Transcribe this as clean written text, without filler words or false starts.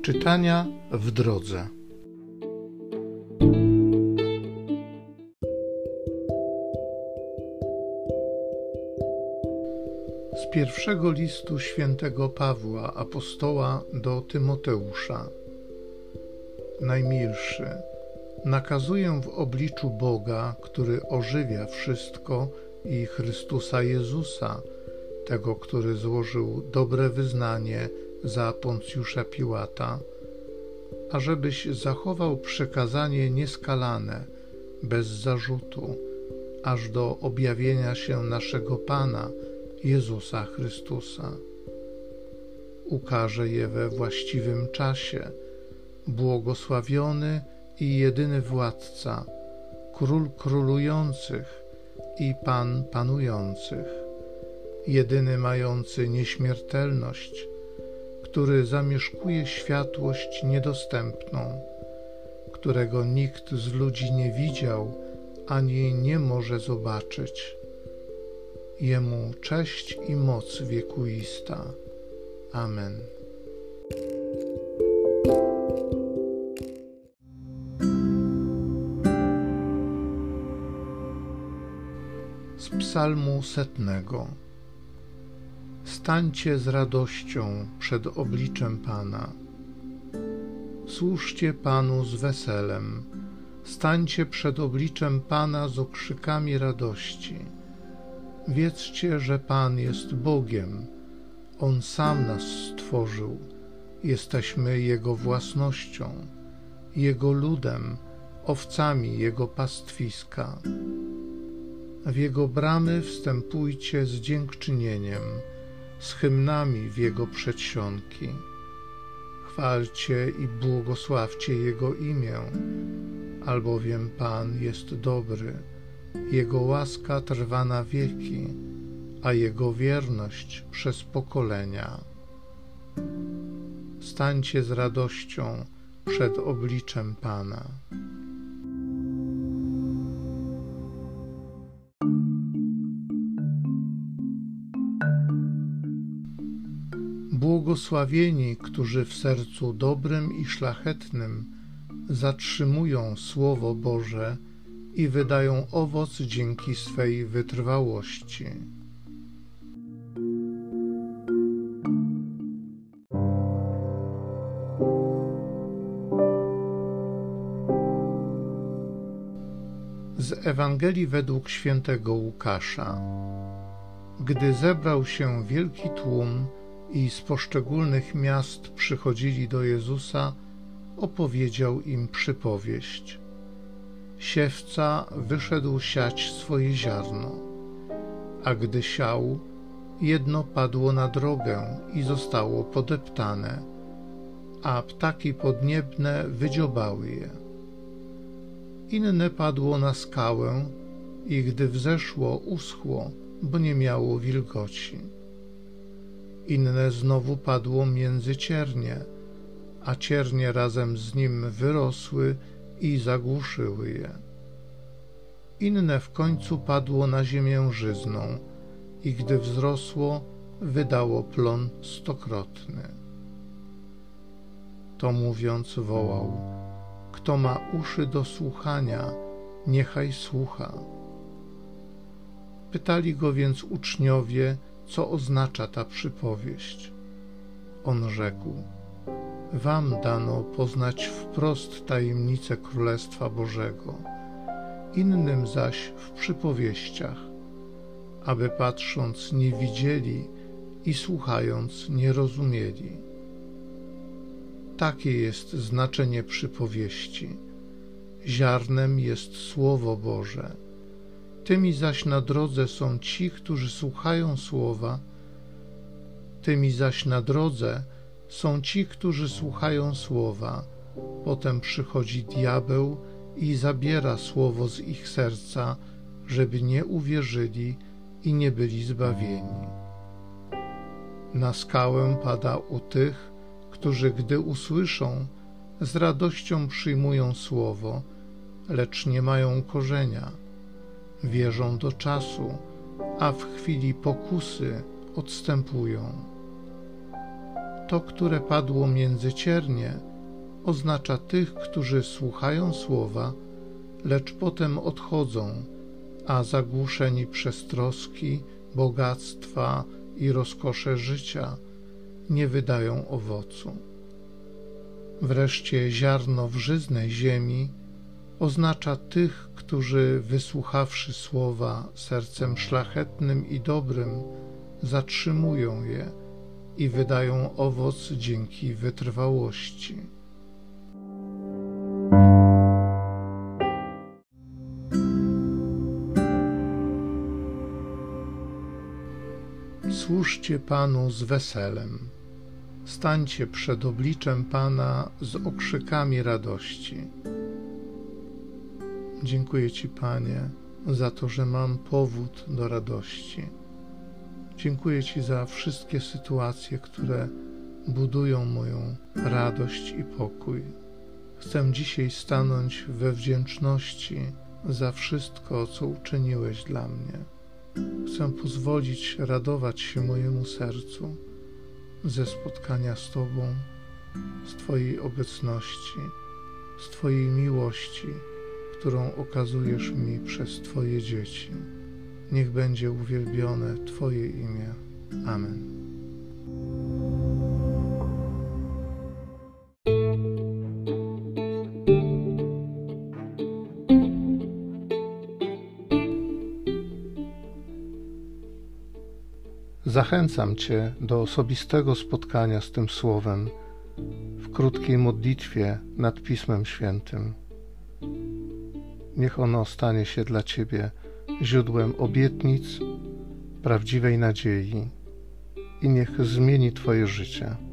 Czytania w drodze. Z pierwszego listu świętego Pawła apostoła do Tymoteusza. Najmilszy, nakazuję w obliczu Boga, który ożywia wszystko, i Chrystusa Jezusa, tego, który złożył dobre wyznanie za Poncjusza Piłata, ażebyś zachował przykazanie nieskalane, bez zarzutu, aż do objawienia się naszego Pana, Jezusa Chrystusa. Ukaże je we właściwym czasie, błogosławiony i jedyny Władca, Król królujących i Pan panujących, jedyny mający nieśmiertelność, który zamieszkuje światłość niedostępną, którego nikt z ludzi nie widział ani nie może zobaczyć. Jemu cześć i moc wiekuista. Amen. Z Psalmu 100. Stańcie z radością przed obliczem Pana. Służcie Panu z weselem. Stańcie przed obliczem Pana z okrzykami radości. Wiedzcie, że Pan jest Bogiem. On sam nas stworzył. Jesteśmy Jego własnością, Jego ludem, owcami Jego pastwiska. W Jego bramy wstępujcie z dziękczynieniem, z hymnami w Jego przedsionki. Chwalcie i błogosławcie Jego imię, albowiem Pan jest dobry, Jego łaska trwa na wieki, a Jego wierność przez pokolenia. Stańcie z radością przed obliczem Pana. Błogosławieni, którzy w sercu dobrym i szlachetnym zatrzymują Słowo Boże i wydają owoc dzięki swej wytrwałości. Z Ewangelii według świętego Łukasza. Gdy zebrał się wielki tłum i z poszczególnych miast przychodzili do Jezusa, opowiedział im przypowieść. Siewca wyszedł siać swoje ziarno, a gdy siał, jedno padło na drogę i zostało podeptane, a ptaki podniebne wydziobały je. Inne padło na skałę i gdy wzeszło, uschło, bo nie miało wilgoci. Inne znowu padło między ciernie, a ciernie razem z nim wyrosły i zagłuszyły je. Inne w końcu padło na ziemię żyzną i gdy wzrosło, wydało plon 100-krotny. To mówiąc wołał: kto ma uszy do słuchania, niechaj słucha. Pytali go więc uczniowie, co oznacza ta przypowieść. On rzekł: wam dano poznać wprost tajemnicę Królestwa Bożego, innym zaś w przypowieściach, aby patrząc nie widzieli i słuchając nie rozumieli. Takie jest znaczenie przypowieści. Ziarnem jest Słowo Boże. Tymi zaś na drodze są ci, którzy słuchają Słowa. Tymi zaś na drodze są ci, którzy słuchają Słowa. Potem przychodzi diabeł i zabiera Słowo z ich serca, żeby nie uwierzyli i nie byli zbawieni. Na skałę pada u tych, którzy gdy usłyszą, z radością przyjmują Słowo, lecz nie mają korzenia. Wierzą do czasu, a w chwili pokusy odstępują. To, które padło między ciernie, oznacza tych, którzy słuchają słowa, lecz potem odchodzą, a zagłuszeni przez troski, bogactwa i rozkosze życia nie wydają owocu. Wreszcie ziarno w żyznej ziemi oznacza tych, którzy wysłuchawszy słowa sercem szlachetnym i dobrym, zatrzymują je i wydają owoc dzięki wytrwałości. Służcie Panu z weselem. Stańcie przed obliczem Pana z okrzykami radości. Dziękuję Ci, Panie, za to, że mam powód do radości. Dziękuję Ci za wszystkie sytuacje, które budują moją radość i pokój. Chcę dzisiaj stanąć we wdzięczności za wszystko, co uczyniłeś dla mnie. Chcę pozwolić radować się mojemu sercu ze spotkania z Tobą, z Twojej obecności, z Twojej miłości, którą okazujesz mi przez Twoje dzieci. Niech będzie uwielbione Twoje imię. Amen. Zachęcam Cię do osobistego spotkania z tym Słowem w krótkiej modlitwie nad Pismem Świętym. Niech ono stanie się dla Ciebie źródłem obietnic, prawdziwej nadziei i niech zmieni Twoje życie.